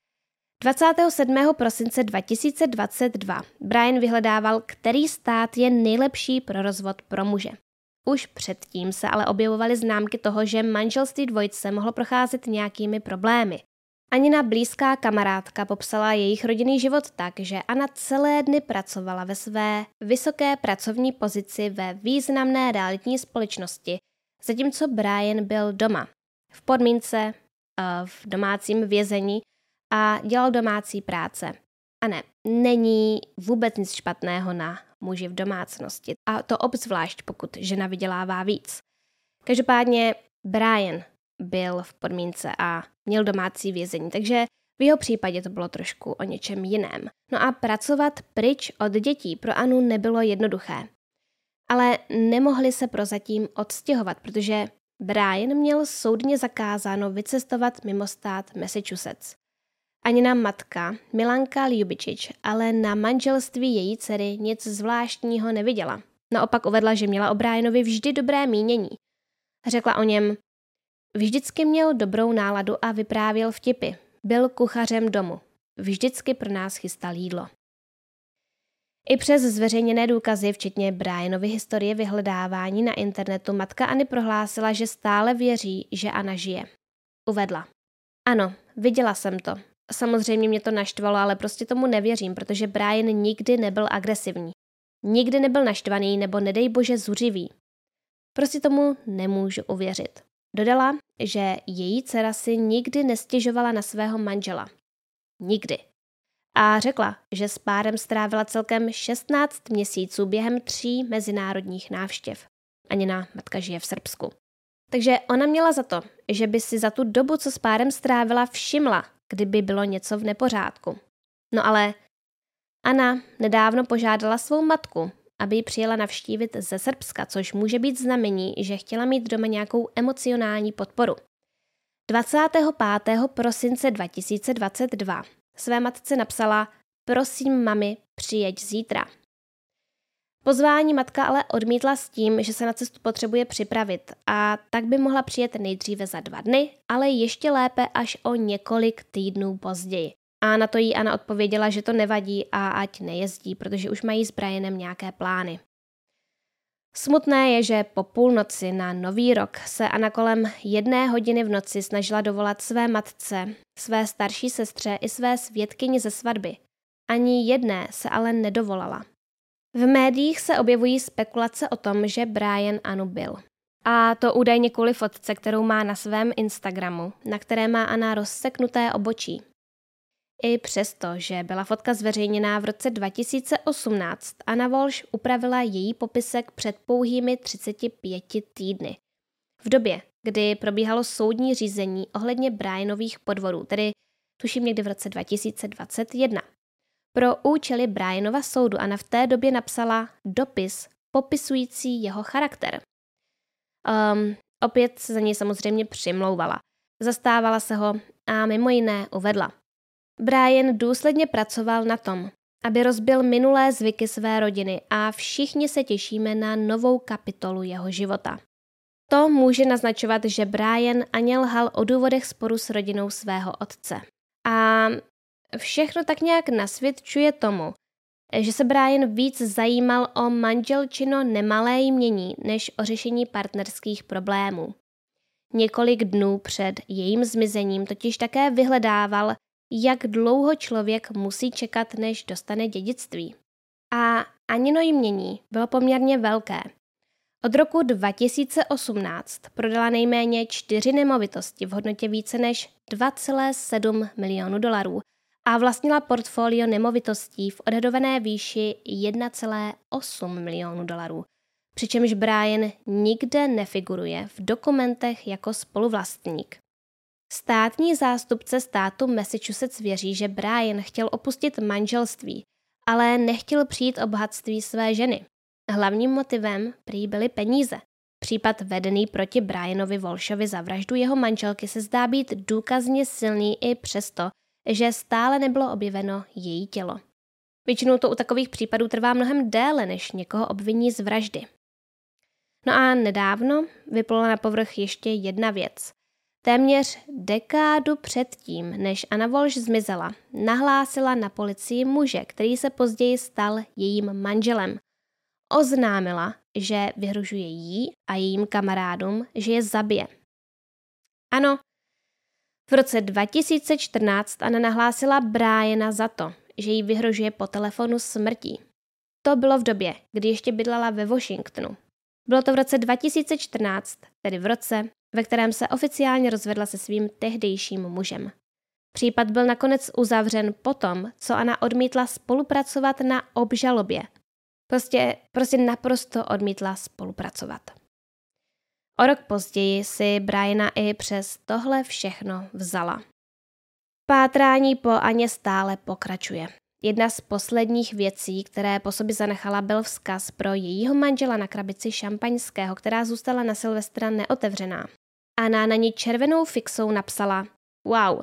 27. prosince 2022 Brian vyhledával, který stát je nejlepší pro rozvod pro muže. Už předtím se ale objevovaly známky toho, že manželství dvojice mohlo procházet nějakými problémy. Anina blízká kamarádka popsala jejich rodinný život tak, že Anna celé dny pracovala ve své vysoké pracovní pozici ve významné realitní společnosti, zatímco Brian byl doma, v podmínce, v domácím vězení a dělal domácí práce. A ne, není vůbec nic špatného na muži v domácnosti. A to obzvlášť, pokud žena vydělává víc. Každopádně Brian byl v podmínce a měl domácí vězení, takže v jeho případě to bylo trošku o něčem jiném. No a pracovat pryč od dětí pro Anu nebylo jednoduché. Ale nemohli se prozatím odstěhovat, protože Brian měl soudně zakázáno vycestovat mimo stát Massachusetts. Anina matka, Milanka Ljubičič, ale na manželství její dcery nic zvláštního neviděla. Naopak uvedla, že měla o Brianovi vždy dobré mínění. Řekla o něm, vždycky měl dobrou náladu a vyprávěl vtipy. Byl kuchařem domu. Vždycky pro nás chystal jídlo. I přes zveřejněné důkazy, včetně Brianovy historie vyhledávání na internetu, matka Anny prohlásila, že stále věří, že Anna žije. Uvedla. Ano, viděla jsem to. Samozřejmě mě to naštvalo, ale prostě tomu nevěřím, protože Brian nikdy nebyl agresivní. Nikdy nebyl naštvaný nebo nedej bože zuřivý. Prostě tomu nemůžu uvěřit. Dodala, že její dcera si nikdy nestěžovala na svého manžela. Nikdy. A řekla, že s párem strávila celkem 16 měsíců během 3 mezinárodních návštěv. Anina matka žije v Srbsku. Takže ona měla za to, že by si za tu dobu, co s párem strávila, všimla, kdyby bylo něco v nepořádku. No ale Anna nedávno požádala svou matku, aby ji přijela navštívit ze Srbska, což může být znamení, že chtěla mít doma nějakou emocionální podporu. 25. prosince 2022 své matce napsala, prosím mami, přijeď zítra. Pozvání matka ale odmítla s tím, že se na cestu potřebuje připravit a tak by mohla přijet nejdříve za 2 dny, ale ještě lépe až o několik týdnů později. A na to jí Anna odpověděla, že to nevadí a ať nejezdí, protože už mají s Brianem nějaké plány. Smutné je, že po půlnoci na Nový rok se Anna kolem 1 hodiny v noci snažila dovolat své matce, své starší sestře i své svědkyni ze svatby. Ani jedné se ale nedovolala. V médiích se objevují spekulace o tom, že Brian Annu bil. A to údajně kvůli fotce, kterou má na svém Instagramu, na které má Anna rozseknuté obočí. I přesto, že byla fotka zveřejněná v roce 2018, Anna Walsh upravila její popisek před pouhými 35 týdny. V době, kdy probíhalo soudní řízení ohledně Brianových podvodů, tedy tuším někdy v roce 2021. Pro účely Brianova soudu Anna v té době napsala dopis popisující jeho charakter. Opět se za něj samozřejmě přimlouvala. Zastávala se ho a mimo jiné uvedla. Brian důsledně pracoval na tom, aby rozbil minulé zvyky své rodiny a všichni se těšíme na novou kapitolu jeho života. To může naznačovat, že Brian Anně lhal o důvodech sporu s rodinou svého otce. A všechno tak nějak nasvědčuje tomu, že se Brian víc zajímal o manželčino nemalé jmění než o řešení partnerských problémů. Několik dnů před jejím zmizením totiž také vyhledával, jak dlouho člověk musí čekat, než dostane dědictví. A Anino jmění bylo poměrně velké. Od roku 2018 prodala nejméně 4 nemovitosti v hodnotě více než 2,7 milionu dolarů a vlastnila portfolio nemovitostí v odhadované výši 1,8 milionu dolarů, přičemž Brian nikde nefiguruje v dokumentech jako spoluvlastník. Státní zástupce státu Massachusetts věří, že Brian chtěl opustit manželství, ale nechtěl přijít o bohatství své ženy. Hlavním motivem prý byly peníze. Případ vedený proti Brianovi Walshovi za vraždu jeho manželky se zdá být důkazně silný i přesto, že stále nebylo objeveno její tělo. Většinou to u takových případů trvá mnohem déle, než někoho obviní z vraždy. No a nedávno vyplula na povrch ještě jedna věc. Téměř dekádu předtím, než Anna Walsh zmizela, nahlásila na policii muže, který se později stal jejím manželem. Oznámila, že vyhrožuje jí a jejím kamarádům, že je zabije. Ano, v roce 2014 Anna nahlásila Briana za to, že jí vyhrožuje po telefonu smrtí. To bylo v době, kdy ještě bydlela ve Washingtonu. Bylo to v roce 2014, tedy v roce, ve kterém se oficiálně rozvedla se svým tehdejším mužem. Případ byl nakonec uzavřen potom, co Anna odmítla spolupracovat na obžalobě. Prostě naprosto odmítla spolupracovat. O rok později si Briana i přes tohle všechno vzala. Pátrání po Anně stále pokračuje. Jedna z posledních věcí, které po sobě zanechala, byl vzkaz pro jejího manžela na krabici šampaňského, která zůstala na Silvestra neotevřená. Anna na ní červenou fixou napsala: Wow,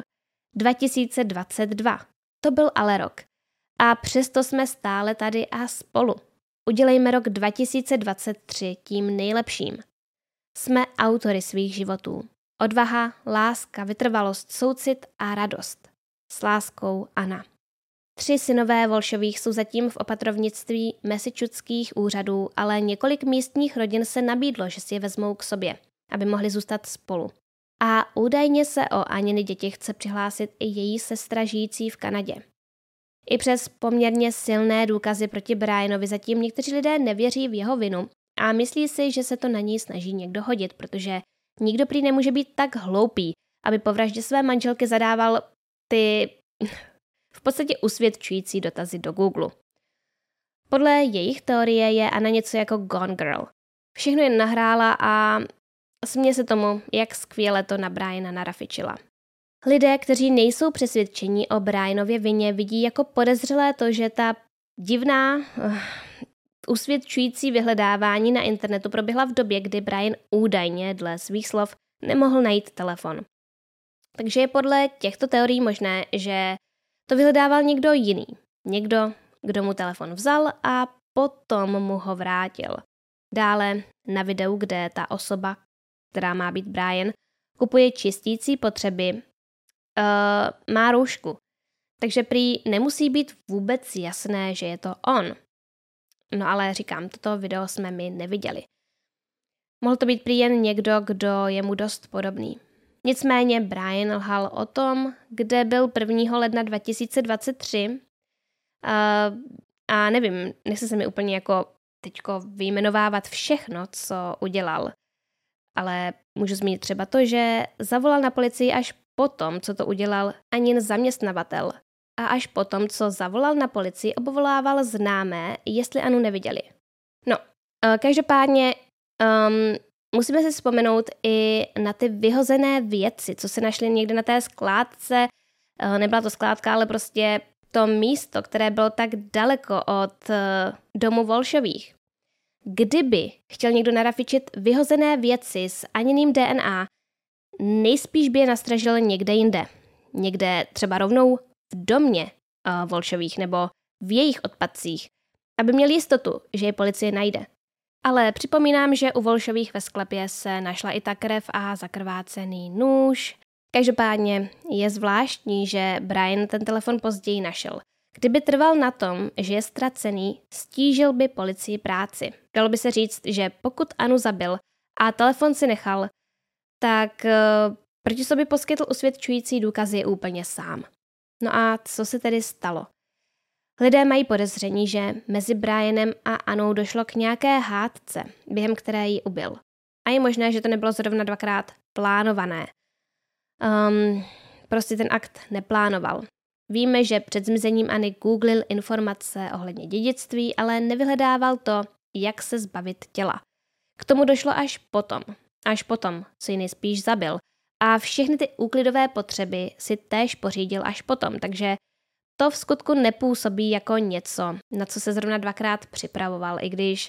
2022. To byl ale rok. A přesto jsme stále tady a spolu. Udělejme rok 2023 tím nejlepším. Jsme autory svých životů. Odvaha, láska, vytrvalost, soucit a radost. S láskou, Anna. 3 synové Walshových jsou zatím v opatrovnictví massachusettských úřadů, ale několik místních rodin se nabídlo, že si je vezmou k sobě, aby mohli zůstat spolu. A údajně se o Aniny děti chce přihlásit i její sestra žijící v Kanadě. I přes poměrně silné důkazy proti Brianovi zatím někteří lidé nevěří v jeho vinu a myslí si, že se to na něj snaží někdo hodit, protože nikdo prý nemůže být tak hloupý, aby po vraždě své manželky zadával ty v podstatě usvědčující dotazy do Google. Podle jejich teorie je Anna něco jako Gone Girl. Všechno jen nahrála a směje se tomu, jak skvěle to na Briana narafičila. Lidé, kteří nejsou přesvědčení o Brianově vině, vidí jako podezřelé to, že ta divná usvědčující vyhledávání na internetu proběhla v době, kdy Brian údajně, dle svých slov, nemohl najít telefon. Takže je podle těchto teorií možné, že to vyhledával někdo jiný. Někdo, kdo mu telefon vzal a potom mu ho vrátil. Dále na videu, kde ta osoba, která má být Brian, kupuje čistící potřeby, má roušku. takže prý nemusí být vůbec jasné, že je to on. No ale říkám, toto video jsme my neviděli. Mohl to být prý jen někdo, kdo je mu dost podobný. Nicméně Brian lhal o tom, kde byl 1. ledna 2023 a nevím, nechce se mi úplně jako teďko vyjmenovávat všechno, co udělal. Ale můžu zmínit třeba to, že zavolal na policii až potom, co to udělal ani zaměstnavatel. A až potom, co zavolal na policii, obvolával známé, jestli Anu neviděli. No, každopádně musíme si vzpomenout i na ty vyhozené věci, co se našly někde na té skládce. Nebyla to skládka, ale prostě to místo, které bylo tak daleko od domu Walshových. Kdyby chtěl někdo narafičit vyhozené věci s Aniným DNA, nejspíš by je nastražil někde jinde. Někde třeba rovnou v domě Walshových nebo v jejich odpadcích, aby měl jistotu, že je policie najde. Ale připomínám, že u Walshových ve sklepě se našla i ta krev a zakrvácený nůž. Každopádně je zvláštní, že Brian ten telefon později našel. Kdyby trval na tom, že je ztracený, stížil by policii práci. Dalo by se říct, že pokud Anu zabil a telefon si nechal, tak proti sobě poskytl usvědčující důkazy úplně sám. No a co se tedy stalo? Lidé mají podezření, že mezi Brianem a Anou došlo k nějaké hádce, během které ji ubil. A je možné, že to nebylo zrovna 2krát plánované. Prostě ten akt neplánoval. Víme, že před zmizením Anny googlil informace ohledně dědictví, ale nevyhledával to, jak se zbavit těla. K tomu došlo až potom, co ji nejspíš zabil. A všechny ty úklidové potřeby si též pořídil až potom, takže to v skutku nepůsobí jako něco, na co se zrovna 2krát připravoval, i když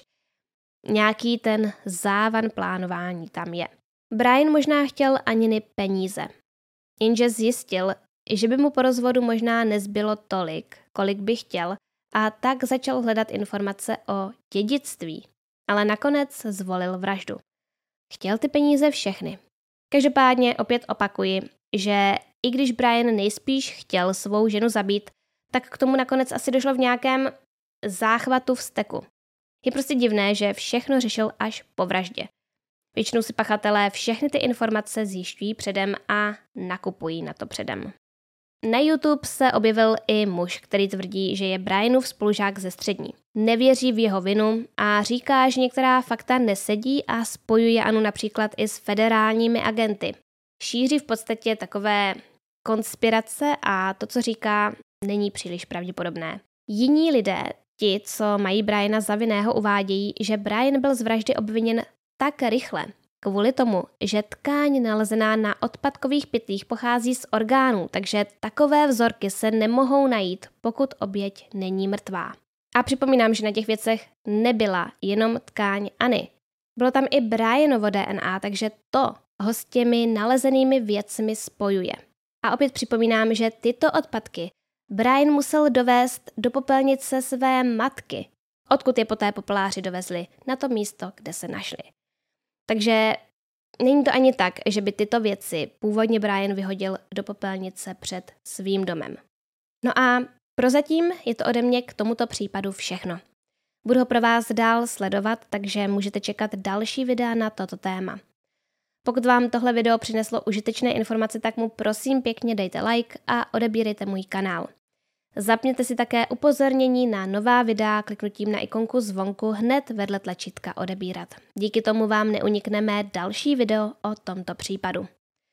nějaký ten závan plánování tam je. Brian možná chtěl Aniny peníze, jenže zjistil, že by mu po rozvodu možná nezbylo tolik, kolik by chtěl, a tak začal hledat informace o dědictví, ale nakonec zvolil vraždu. Chtěl ty peníze všechny. Každopádně opět opakuji, že i když Brian nejspíš chtěl svou ženu zabít, tak k tomu nakonec asi došlo v nějakém záchvatu vzteku. Je prostě divné, že všechno řešil až po vraždě. Většinou si pachatelé všechny ty informace zjišťují předem a nakupují na to předem. Na YouTube se objevil i muž, který tvrdí, že je Brianův spolužák ze střední. Nevěří v jeho vinu a říká, že některá fakta nesedí a spojuje Anu například i s federálními agenty. Šíří v podstatě takové konspirace a to, co říká, není příliš pravděpodobné. Jiní lidé, ti, co mají Briana za vinného, uvádějí, že Brian byl z vraždy obviněn tak rychle, kvůli tomu, že tkáň nalezená na odpadkových pytlích pochází z orgánů, takže takové vzorky se nemohou najít, pokud oběť není mrtvá. A připomínám, že na těch věcech nebyla jenom tkáň Anny. Bylo tam i Brianovo DNA, takže to ho s těmi nalezenými věcmi spojuje. A opět připomínám, že tyto odpadky Brian musel dovést do popelnice své matky, odkud je poté popeláři dovezli na to místo, kde se našli. Takže není to ani tak, že by tyto věci původně Brian vyhodil do popelnice před svým domem. No a prozatím je to ode mě k tomuto případu všechno. Budu ho pro vás dál sledovat, takže můžete čekat další videa na toto téma. Pokud vám tohle video přineslo užitečné informace, tak mu prosím pěkně dejte like a odebírejte můj kanál. Zapněte si také upozornění na nová videa kliknutím na ikonku zvonku hned vedle tlačítka odebírat. Díky tomu vám neunikne mé další video o tomto případu.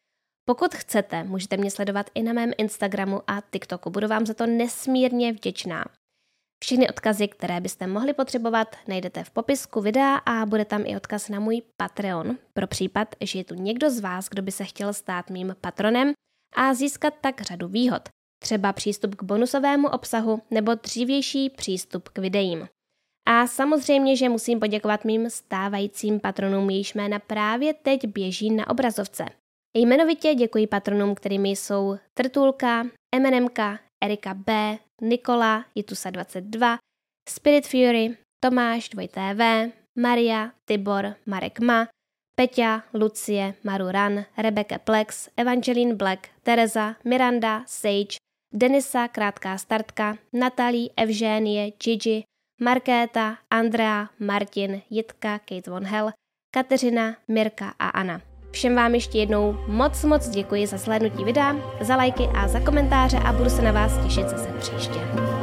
Pokud chcete, můžete mě sledovat i na mém Instagramu a TikToku. Budu vám za to nesmírně vděčná. Všechny odkazy, které byste mohli potřebovat, najdete v popisku videa a bude tam i odkaz na můj Patreon, pro případ, že je tu někdo z vás, kdo by se chtěl stát mým patronem a získat tak řadu výhod. Třeba přístup k bonusovému obsahu nebo dřívější přístup k videím. A samozřejmě, že musím poděkovat mým stávajícím patronům, jejichž jména právě teď běží na obrazovce. Jmenovitě děkuji patronům, kterými jsou Trtulka, MNMka, Erika B, Nikola, Jitusa 22, Spirit Fury, Tomáš 2TV, Maria, Tibor, Marek Ma, Peťa, Lucie, Maru Ran, Rebecca Plex, Evangeline Black, Tereza, Miranda, Sage, Denisa, krátká startka, Natalie, Evženie, Gigi, Markéta, Andrea, Martin, Jitka, Kate Von Hell, Kateřina, Mirka a Anna. Všem vám ještě jednou moc děkuji za shlédnutí videa, za lajky a za komentáře a budu se na vás těšit zase příště.